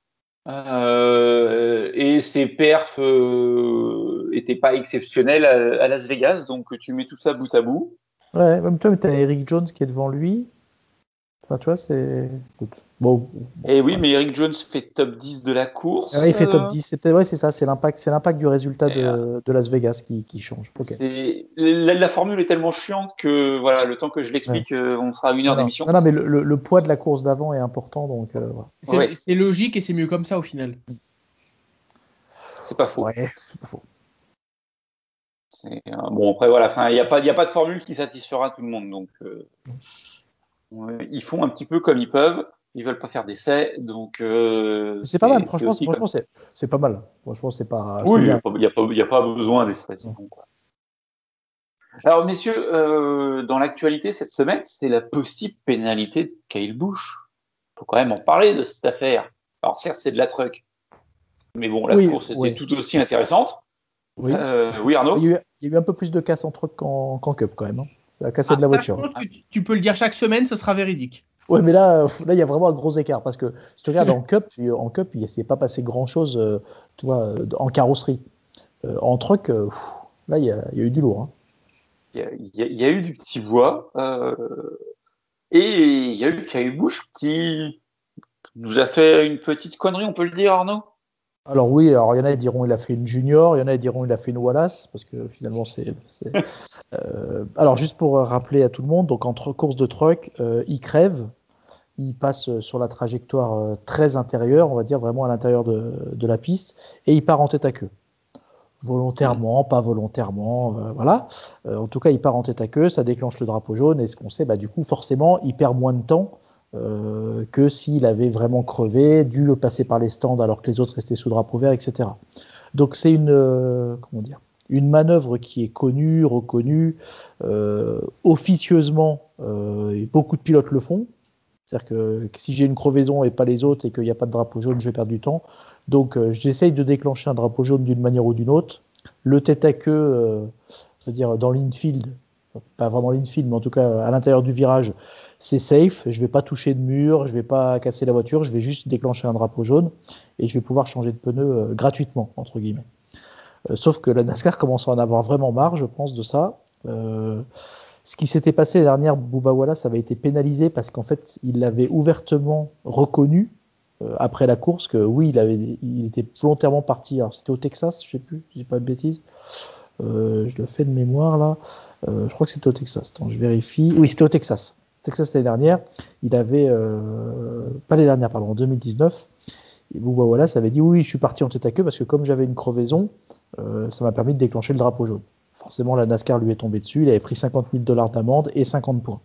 Et ses perfs étaient pas exceptionnels à Las Vegas. Donc tu mets tout ça bout à bout. ouais, même toi, tu as Eric Jones qui est devant lui. Enfin, tu vois, c'est. Écoute. Bon, Et oui, ouais. mais Eric Jones fait top 10 de la course. Ouais, il fait top 10. Ouais, c'est ça, c'est l'impact du résultat Et, de Las Vegas qui change. Ok. La formule est tellement chiante que voilà, le temps que je l'explique, on sera à 1 heure d'émission. Non, mais le poids de la course d'avant est important, donc voilà. C'est logique et c'est mieux comme ça au final. C'est pas faux. Ouais, c'est pas faux. Bon, après, voilà, il n'y a pas de formule qui satisfera tout le monde. Donc, ils font un petit peu comme ils peuvent. Ils veulent pas faire d'essais. Donc, C'est pas mal, franchement, c'est pas mal. Franchement, c'est pas. Oui, c'est il bien. n'y a pas besoin d'essais. C'est bon, quoi. Alors, messieurs, dans l'actualité cette semaine, c'est la possible pénalité de Kyle Busch. Il faut quand même en parler de cette affaire. Alors, certes, c'est de la truck. Mais bon, la course était tout aussi intéressante. Oui. Oui, Arnaud? Il y a eu un peu plus de casse en truck qu'en Cup quand même. Hein. Ça a cassé de la voiture. Je pense que tu peux le dire chaque semaine, ça sera véridique. Ouais, mais là, il y a vraiment un gros écart parce que si tu regardes en Cup, il ne s'est pas passé grand chose, tu vois, en carrosserie. En truck, là, il y a eu du lourd. Hein. Il y a eu du petit bois. Et il y a eu Kyle Busch qui nous a fait une petite connerie, on peut le dire, Arnaud? Alors oui, alors il y en a qui diront il a fait une junior, il y en a qui diront il a fait une Wallace, parce que finalement c'est. Alors juste pour rappeler à tout le monde, donc entre course de truck, il crève, il passe sur la trajectoire très intérieure, on va dire vraiment à l'intérieur de la piste, et il part en tête à queue. Volontairement, pas volontairement, voilà. En tout cas, il part en tête à queue, ça déclenche le drapeau jaune, et ce qu'on sait, du coup, forcément, il perd moins de temps que s'il avait vraiment crevé, dû passer par les stands alors que les autres restaient sous drapeau vert, etc. Donc c'est une manœuvre qui est connue, reconnue, officieusement, et beaucoup de pilotes le font. C'est-à-dire que si j'ai une crevaison et pas les autres et qu'il n'y a pas de drapeau jaune, je vais perdre du temps. Donc j'essaye de déclencher un drapeau jaune d'une manière ou d'une autre. Le tête à queue, c'est-à-dire dans l'infield, pas vraiment l'infield, mais en tout cas à l'intérieur du virage, c'est safe. Je ne vais pas toucher de mur, je ne vais pas casser la voiture, je vais juste déclencher un drapeau jaune et je vais pouvoir changer de pneu gratuitement, entre guillemets. Sauf que la NASCAR commence à en avoir vraiment marre, je pense, de ça. Ce qui s'était passé l'année dernière, Bubba Wallace avait été pénalisé parce qu'en fait, il l'avait ouvertement reconnu après la course que oui, il était volontairement parti. Alors c'était au Texas, je sais plus, je dis pas de bêtises. Je le fais de mémoire là. Je crois que c'était au Texas. Attends, je vérifie. Oui, c'était au Texas. Texas l'année dernière. Il avait pas l'année dernière, pardon, en 2019. Et Bubba Wallace avait dit oui, je suis parti en tête à queue parce que comme j'avais une crevaison, ça m'a permis de déclencher le drapeau jaune. Forcément, la NASCAR lui est tombée dessus. Il avait pris $50,000 d'amende et 50 points.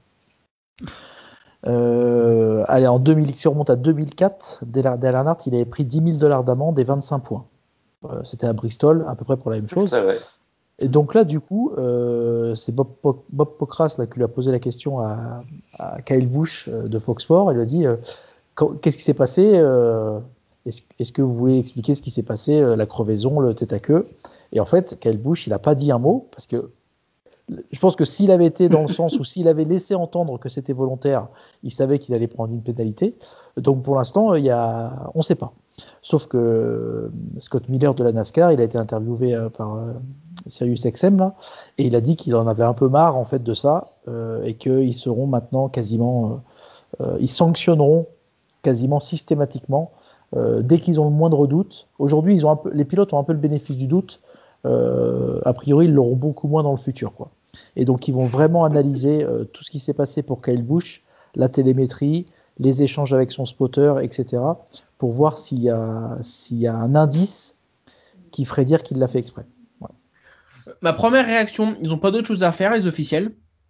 Allez, si on remonte à 2004, Dale Earnhardt, il avait pris $10,000 d'amende et 25 points. C'était à Bristol, à peu près pour la même chose. Ça, ouais. Et donc là, du coup, c'est Bob Pockrass là, qui lui a posé la question à Kyle Busch de Fox Sports. Il lui a dit qu'est-ce qui s'est passé est-ce que vous voulez expliquer ce qui s'est passé, la crevaison, le tête à queue? Et en fait, Kyle Busch, il n'a pas dit un mot parce que je pense que s'il avait été dans le sens où s'il avait laissé entendre que c'était volontaire, il savait qu'il allait prendre une pénalité. Donc pour l'instant, on ne sait pas. Sauf que Scott Miller de la NASCAR, il a été interviewé par SiriusXM là, et il a dit qu'il en avait un peu marre en fait de ça et qu'ils seront maintenant quasiment, ils sanctionneront quasiment systématiquement dès qu'ils ont le moindre doute. Aujourd'hui, les pilotes ont un peu le bénéfice du doute. A priori, ils l'auront beaucoup moins dans le futur, quoi. Et donc, ils vont vraiment analyser tout ce qui s'est passé pour Kyle Busch, la télémétrie, les échanges avec son spotter, etc., pour voir s'il y a un indice qui ferait dire qu'il l'a fait exprès. Voilà. Ma première réaction, ils n'ont pas d'autre chose à faire, les officiels.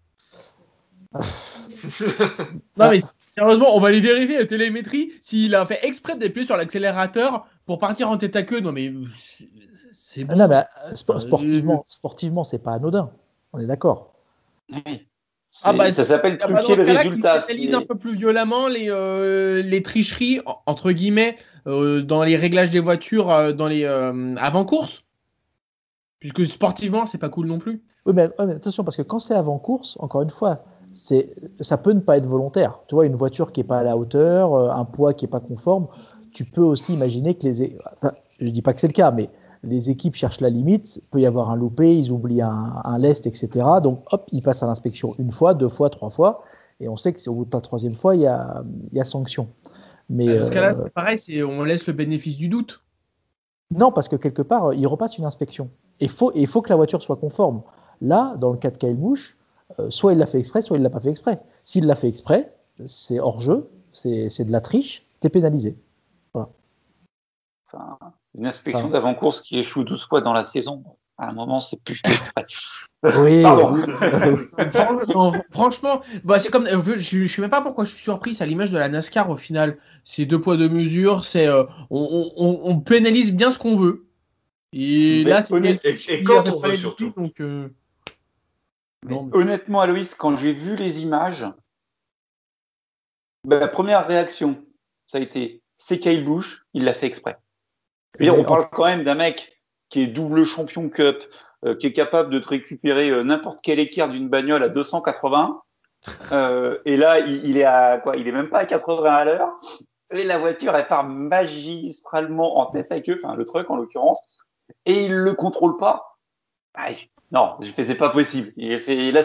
Non, mais sérieusement, on va les vérifier la télémétrie. S'il a fait exprès d'appuyer sur l'accélérateur pour partir en tête à queue, non, mais c'est bon. Non, mais sportivement, c'est pas anodin. On est d'accord. Oui. Ça s'appelle truquer le résultat. Ils analysent un peu plus violemment les tricheries, entre guillemets, dans les réglages des voitures dans les avant-courses. Puisque sportivement, c'est pas cool non plus. Oui, mais attention, parce que quand c'est avant-course, encore une fois, ça peut ne pas être volontaire. Tu vois, une voiture qui n'est pas à la hauteur, un poids qui n'est pas conforme, tu peux aussi imaginer que je dis pas que c'est le cas, mais les équipes cherchent la limite, il peut y avoir un loupé, ils oublient un lest, etc. Donc, hop, ils passent à l'inspection une fois, 2 fois, 3 fois, et on sait que c'est au bout de la 3e fois, il y a sanction. Mais, dans ce cas-là, c'est pareil, on laisse le bénéfice du doute. Non, parce que quelque part, il repasse une inspection. Et il faut que la voiture soit conforme. Là, dans le cas de Kyle Busch, soit il l'a fait exprès, soit il l'a pas fait exprès. S'il l'a fait exprès, c'est hors jeu, c'est de la triche, t'es pénalisé. Voilà. Enfin, une inspection d'avant-course qui échoue 12 fois dans la saison, à un moment, c'est plus fait exprès. Oui. Franchement, bah, c'est comme, je sais même pas pourquoi je suis surpris, c'est à l'image de la NASCAR au final. C'est 2 poids 2 mesures, c'est on pénalise bien ce qu'on veut. Et Mais là, c'est et quand on veut surtout. Donc, honnêtement, Aloïs, quand j'ai vu les images, la première réaction, ça a été c'est Kyle Busch, il l'a fait exprès. On parle quand même d'un mec qui est double champion Cup, qui est capable de te récupérer n'importe quel écart d'une bagnole à 280. Et là, il est à quoi? Il est même pas à 80 à l'heure. Et la voiture, elle part magistralement en tête à queue, enfin le truck en l'occurrence, et il le contrôle pas. Non, c'est pas possible. Là,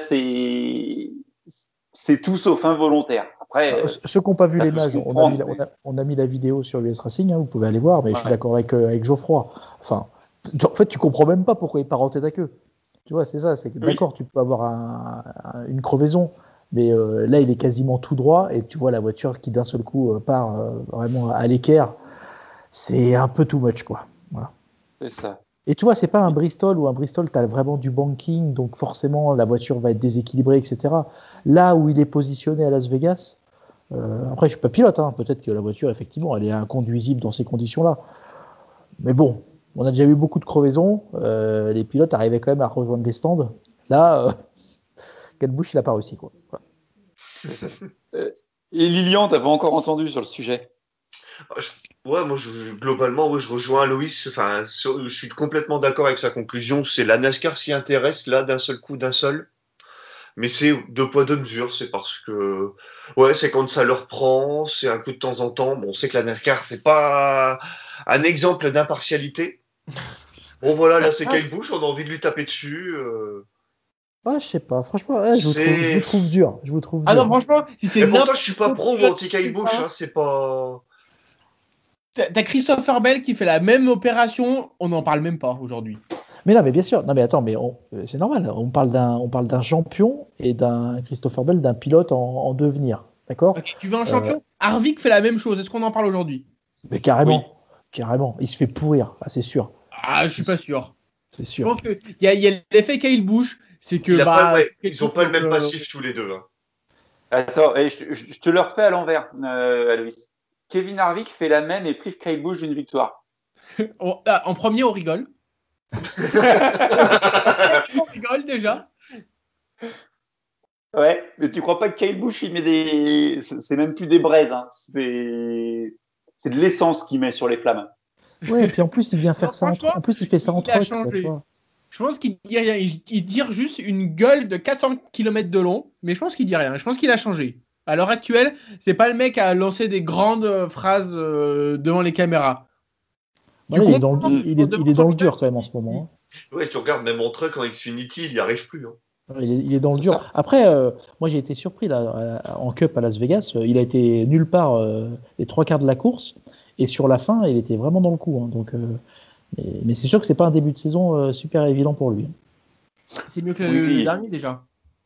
c'est tout sauf involontaire. Après, ceux qui n'ont pas vu l'image, on a mis la vidéo sur US Racing, hein, vous pouvez aller voir, mais je suis d'accord avec Geoffroy. Enfin, en fait, tu comprends même pas pourquoi il part en tête à queue. Tu vois, c'est ça. C'est que, d'accord, tu peux avoir une crevaison, mais là, il est quasiment tout droit, et tu vois la voiture qui d'un seul coup part vraiment à l'équerre. C'est un peu too much, quoi. Voilà. C'est ça. Et tu vois, c'est pas un Bristol où un Bristol, tu as vraiment du banking, donc forcément la voiture va être déséquilibrée, etc. Là où il est positionné à Las Vegas, après je suis pas pilote, hein, peut-être que la voiture, effectivement, elle est inconduisible dans ces conditions-là. Mais bon, on a déjà eu beaucoup de crevaisons, les pilotes arrivaient quand même à rejoindre les stands. Là, Kyle Busch, il a pas réussi, quoi. Voilà. C'est ça. Et Lilian, t'as pas encore entendu sur le sujet? Ouais, moi, globalement, je rejoins Aloïs. Enfin, je suis complètement d'accord avec sa conclusion. C'est la NASCAR s'y intéresse, là, d'un seul coup, d'un seul. Mais c'est 2 poids 2 mesures. C'est parce que, c'est quand ça leur prend. C'est un coup de temps en temps. Bon, on sait que la NASCAR, c'est pas un exemple d'impartialité. Bon, voilà, là, c'est Kyle Busch. On a envie de lui taper dessus. Je sais pas. Franchement, je vous trouve dur. Ah non, franchement, si c'est. Et pourtant, je suis pas pro ou anti Kyle Busch. Hein, c'est pas. T'as Christopher Bell qui fait la même opération, on n'en parle même pas aujourd'hui. Mais non, mais bien sûr. Non, mais attends, mais c'est normal. On parle d'un champion et d'un Christopher Bell, d'un pilote en devenir. D'accord? Okay, tu veux un champion? Harvick fait la même chose. Est-ce qu'on en parle aujourd'hui? Mais carrément. Carrément. Il se fait pourrir. Ah, c'est sûr. Ah, je suis pas sûr. C'est sûr. Je pense qu'il y a l'effet Kyle Busch, c'est que. Ils ont pas le même passif tous les deux. Hein. Attends, je te le refais à l'envers, Aloïs. Kevin Harvick fait la même et prive Kyle Busch d'une victoire. En premier, on rigole. On rigole déjà. Ouais, mais tu crois pas que Kyle Busch, il met des. C'est même plus des braises, hein. C'est de l'essence qu'il met sur les flammes. Ouais, et puis en plus, il vient faire Non, ça franchement, en plus, il fait ça en il a truck, quoi, tu changé. vois. Je pense qu'il dit rien. Il tire juste une gueule de 400 km de long, mais je pense qu'il dit rien. Je pense qu'il a changé. À l'heure actuelle, c'est pas le mec à lancer des grandes phrases devant les caméras. Ouais, il est dans, comprends, il est dans le dur quand même en ce moment, hein. Ouais, tu regardes même en truck en Xfinity, il n'y arrive plus. Hein. Ouais, il est dans le C'est dur. ça. Après, moi j'ai été surpris là, en Cup à Las Vegas. Il a été nulle part les trois quarts de la course. Et sur la fin, il était vraiment dans le coup, hein. Donc, mais c'est sûr que c'est pas un début de saison super évident pour lui. C'est mieux que Oui. le dernier déjà.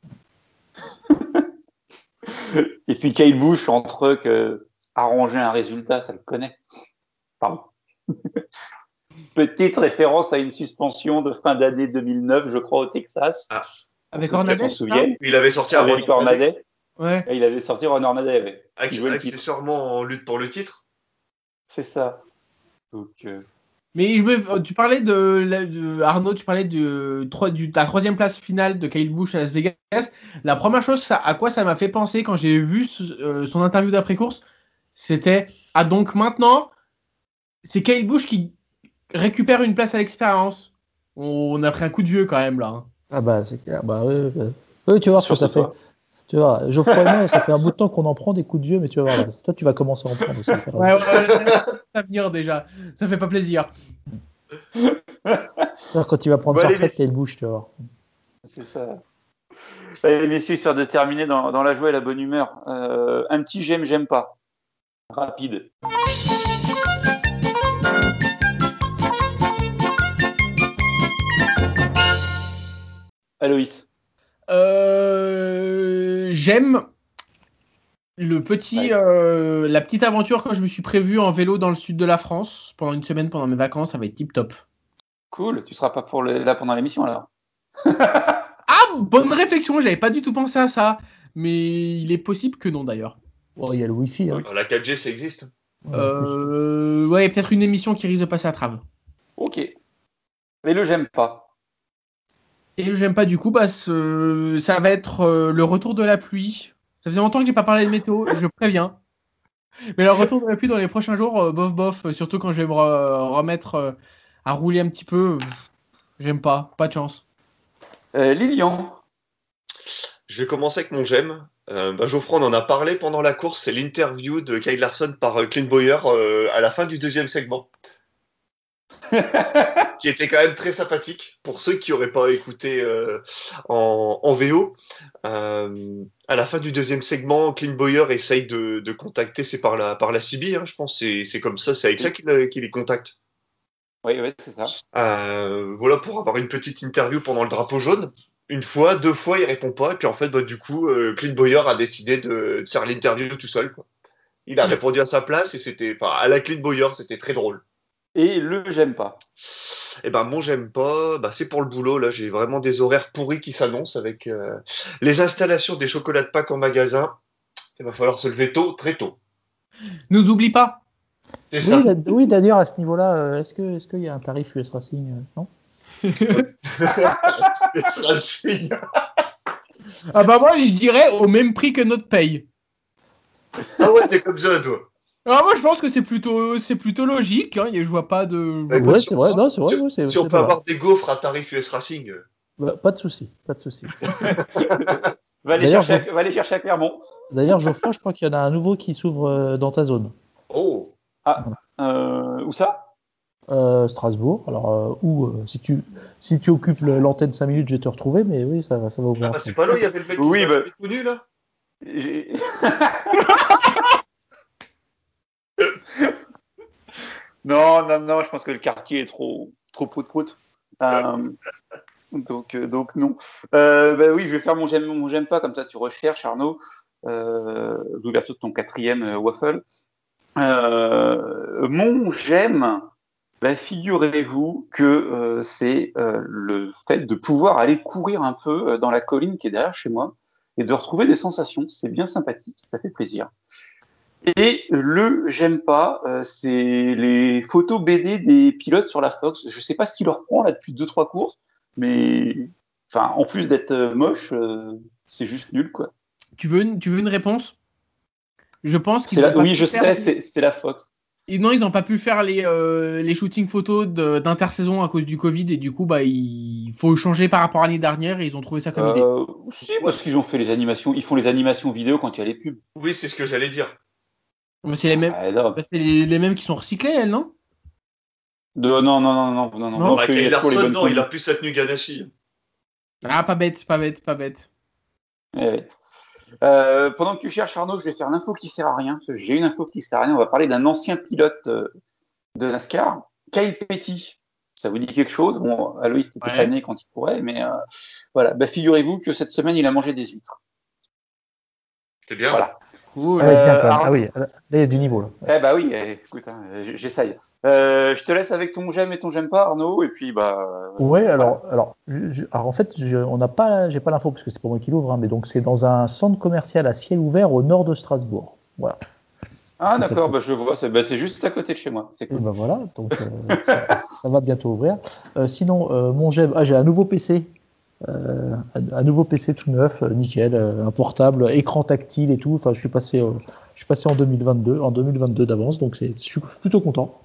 Et puis Kyle Busch, en truck, arranger un résultat, ça le connaît. Pardon. Petite référence à une suspension de fin d'année 2009, je crois, au Texas. Ah, Avec Pour ceux qui Hornadet, s'en souviennent. il avait sorti un Avec Ron Hornaday, Hornaday. Ouais. Et il avait sorti Ron Hornaday, ouais. Qui jouait le titre. accessoirement en lutte pour le titre. C'est ça. Donc, Mais tu parlais Arnaud, tu parlais de la troisième place finale de Kyle Busch à Las Vegas. La première chose à quoi ça m'a fait penser quand j'ai vu son interview d'après-course, c'était donc maintenant, c'est Kyle Busch qui récupère une place à l'expérience. On a pris un coup de vieux quand même là, hein. Ah bah c'est clair. Bah ouais, tu vas voir ce que ça fait. Surtout Tu vas voir. Geoffroy et moi, ça fait un bout de temps qu'on en prend des coups de vieux, mais tu vas voir. Là. Toi, tu vas commencer à en prendre aussi. Ouais, ça venir déjà. Ça fait pas plaisir. Quand il va prendre Bon, sa allez, retraite, messieurs. il bouge, tu vas voir. c'est ça. Allez, messieurs, histoire de terminer dans la joie et la bonne humeur, un petit j'aime pas. Rapide. Aloïs. J'aime la petite aventure quand je me suis prévu en vélo dans le sud de la France pendant une semaine pendant mes vacances, ça va être tip top. Cool. Tu seras pas là pendant l'émission alors. Ah, bonne réflexion, j'avais pas du tout pensé à ça, mais il est possible que non d'ailleurs. Bon, il y a le Wi-Fi. Hein. La 4G, ça existe. Ouais, peut-être une émission qui risque de passer à travers. Ok. Mais le j'aime pas. Et j'aime pas du coup, ça va être le retour de la pluie. Ça faisait longtemps que j'ai pas parlé de météo, je préviens. Mais le retour de la pluie dans les prochains jours, bof, surtout quand je vais me remettre à rouler un petit peu, j'aime pas de chance. Lilian. Je vais commencer avec mon j'aime. Geoffroy, on en a parlé pendant la course. C'est l'interview de Kyle Larson par Clint Bowyer à la fin du deuxième segment. Qui était quand même très sympathique pour ceux qui n'auraient pas écouté en VO. À la fin du deuxième segment, Clint Bowyer essaye de contacter, c'est par la CB, hein, je pense, c'est comme ça, c'est avec ça qu'il les contacte. Oui, c'est ça. Voilà, pour avoir une petite interview pendant le drapeau jaune. Une fois, deux fois, il répond pas, et puis en fait, du coup, Clint Bowyer a décidé de faire l'interview tout seul, quoi. Il a répondu à sa place, et c'était, à la Clint Bowyer, c'était très drôle. Et le j'aime pas. Eh ben, mon j'aime pas, c'est pour le boulot. Là, j'ai vraiment des horaires pourris qui s'annoncent avec les installations des chocolats de Pâques en magasin. Il va falloir se lever tôt, très tôt. Nous oublie pas. C'est ça. Oui, d'ailleurs, à ce niveau-là, est-ce qu'il y a un tarif US Racing non? US Racing. Ah moi je dirais au même prix que notre paye. Ah ouais, t'es comme ça, toi. Alors moi je pense que c'est plutôt logique, hein, et je vois pas de. Ouais, c'est vrai, non, c'est vrai. Si on peut avoir des gaufres à tarif US Racing. Bah, pas de souci. Va aller chercher à Clermont. D'ailleurs, Geoffroy, je crois qu'il y en a un nouveau qui s'ouvre dans ta zone. Oh. Ah, où ça? Strasbourg. Alors, si tu occupes l'antenne 5 minutes, je vais te retrouver, mais oui, ça va ouvrir. C'est pas là, il y avait le mec qui était connu, là. Non, je pense que le quartier est trop prout-prout. Donc non. Oui, je vais faire mon j'aime pas, comme ça tu recherches, Arnaud, l'ouverture de ton 4e waffle. Mon j'aime, figurez-vous que c'est le fait de pouvoir aller courir un peu dans la colline qui est derrière chez moi et de retrouver des sensations. C'est bien sympathique, ça fait plaisir. Et le j'aime pas, c'est les photos BD des pilotes sur la Fox. Je sais pas ce qui leur prend là depuis 2-3 courses, mais enfin, en plus d'être moche, c'est juste nul quoi. Tu veux une réponse? Je pense qu'ils C'est ont la... pas Oui, pu je faire. sais, c'est la Fox. Et non, ils n'ont pas pu faire les shootings photos d'intersaison à cause du Covid et du coup, bah, il faut changer par rapport à l'année dernière et ils ont trouvé ça comme idée. Si, parce qu'ils ont fait les animations, ils font les animations vidéo quand il y a les pubs. Oui, c'est ce que j'allais dire. Mais c'est les mêmes, Ah, non. bah, c'est les mêmes qui sont recyclés, elles, non? Non. Non. Parce qu'il y Kyle a toujours les Larson, bonnes non, il a conduites. plus sa tenue Ganache. Ah, pas bête, pas bête, pas bête. Ouais. Pendant que tu cherches Arnaud, je vais faire l'info qui sert à rien. Parce que j'ai une info qui sert à rien. On va parler d'un ancien pilote de NASCAR, Kyle Petty. Ça vous dit quelque chose? Bon, Aloïs, t'étais pas né quand il courait, mais voilà. Bah, figurez-vous que cette semaine, il a mangé des huîtres. C'est bien. Voilà. Cool. Ah ouais, bien quand même. Arnaud- Ah oui, là il y a du niveau là. Eh bah oui, écoute, hein, j'essaye. Je te laisse avec ton j'aime et ton j'aime pas, Arnaud, et puis bah. Ouais, voilà. alors en fait, on n'a pas, j'ai pas l'info parce que c'est pas moi qui l'ouvre, hein, mais donc c'est dans un centre commercial à ciel ouvert au nord de Strasbourg. Voilà. Ah C'est d'accord, ça. bah je vois, c'est juste à côté de chez moi. C'est Et cool. ben voilà, donc ça va bientôt ouvrir. Sinon, mon j'aime, j'ai un nouveau PC. Un nouveau PC tout neuf, nickel, un portable, écran tactile et tout. Enfin, je suis passé en 2022 d'avance, donc je suis plutôt content.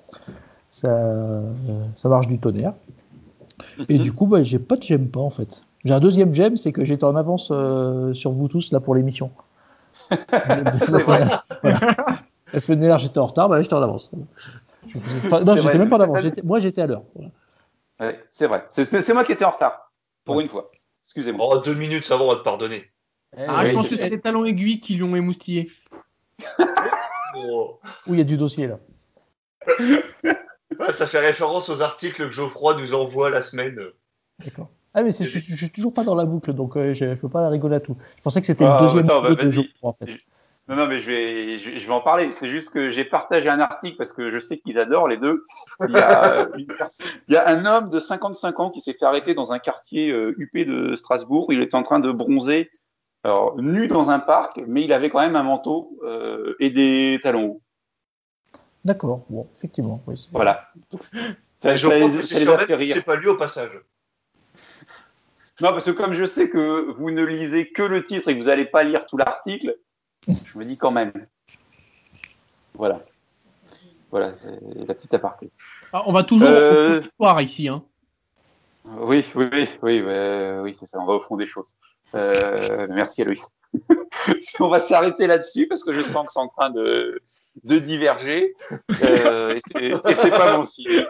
Ça marche du tonnerre. Et du coup, bah, j'ai pas de j'aime pas en fait. J'ai un deuxième j'aime, c'est que j'étais en avance sur vous tous là pour l'émission. C'est vrai. Voilà. La semaine dernière, j'étais en retard, bah là, j'étais en avance. Enfin, non, C'est j'étais vrai, même pas en cette avance. année- Moi, j'étais à l'heure. Voilà. Ouais, c'est vrai. C'est moi qui étais en retard, pour Ouais. une fois. Excusez-moi. Oh, 2 minutes, ça va, on va te pardonner. Ah, je oui, pense c'est que c'est vrai. les talons aiguilles qui l'ont émoustillé. Oh. Où il y a du dossier là. Ouais, ça fait référence aux articles que Geoffroy nous envoie la semaine. D'accord. Ah mais je suis toujours pas dans la boucle, donc je peux pas rigoler à tout. Je pensais que c'était le Ah, deuxième attends, bah, niveau de vas-y. Geoffroy en fait. Non, mais je vais en parler. C'est juste que j'ai partagé un article parce que je sais qu'ils adorent les deux. Il y a un homme de 55 ans qui s'est fait arrêter dans un quartier huppé de Strasbourg. Il était en train de bronzer, alors, nu dans un parc, mais il avait quand même un manteau et des talons hauts. D'accord, bon, effectivement. Oui, Voilà. Donc, Mais Geoffroy ça précise les quand a même fait que rire. c'est pas lui au passage. Non, parce que comme je sais que vous ne lisez que le titre et que vous n'allez pas lire tout l'article, je me dis quand même. Voilà. Voilà, c'est la petite aparté. Ah, on va toujours au fond de l'histoire ici, hein. Oui, c'est ça, on va au fond des choses. Merci Aloïs. On va s'arrêter là-dessus parce que je sens que c'est en train de diverger et c'est pas bon signe.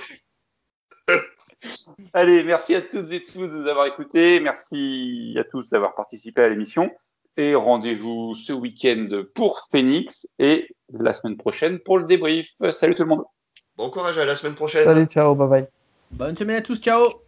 Allez, merci à toutes et tous de nous avoir écoutés. Merci à tous d'avoir participé à l'émission. Et rendez-vous ce week-end pour Phoenix et la semaine prochaine pour le débrief. Salut tout le monde. Bon courage, à la semaine prochaine. Salut, ciao, bye bye. Bonne semaine à tous, ciao!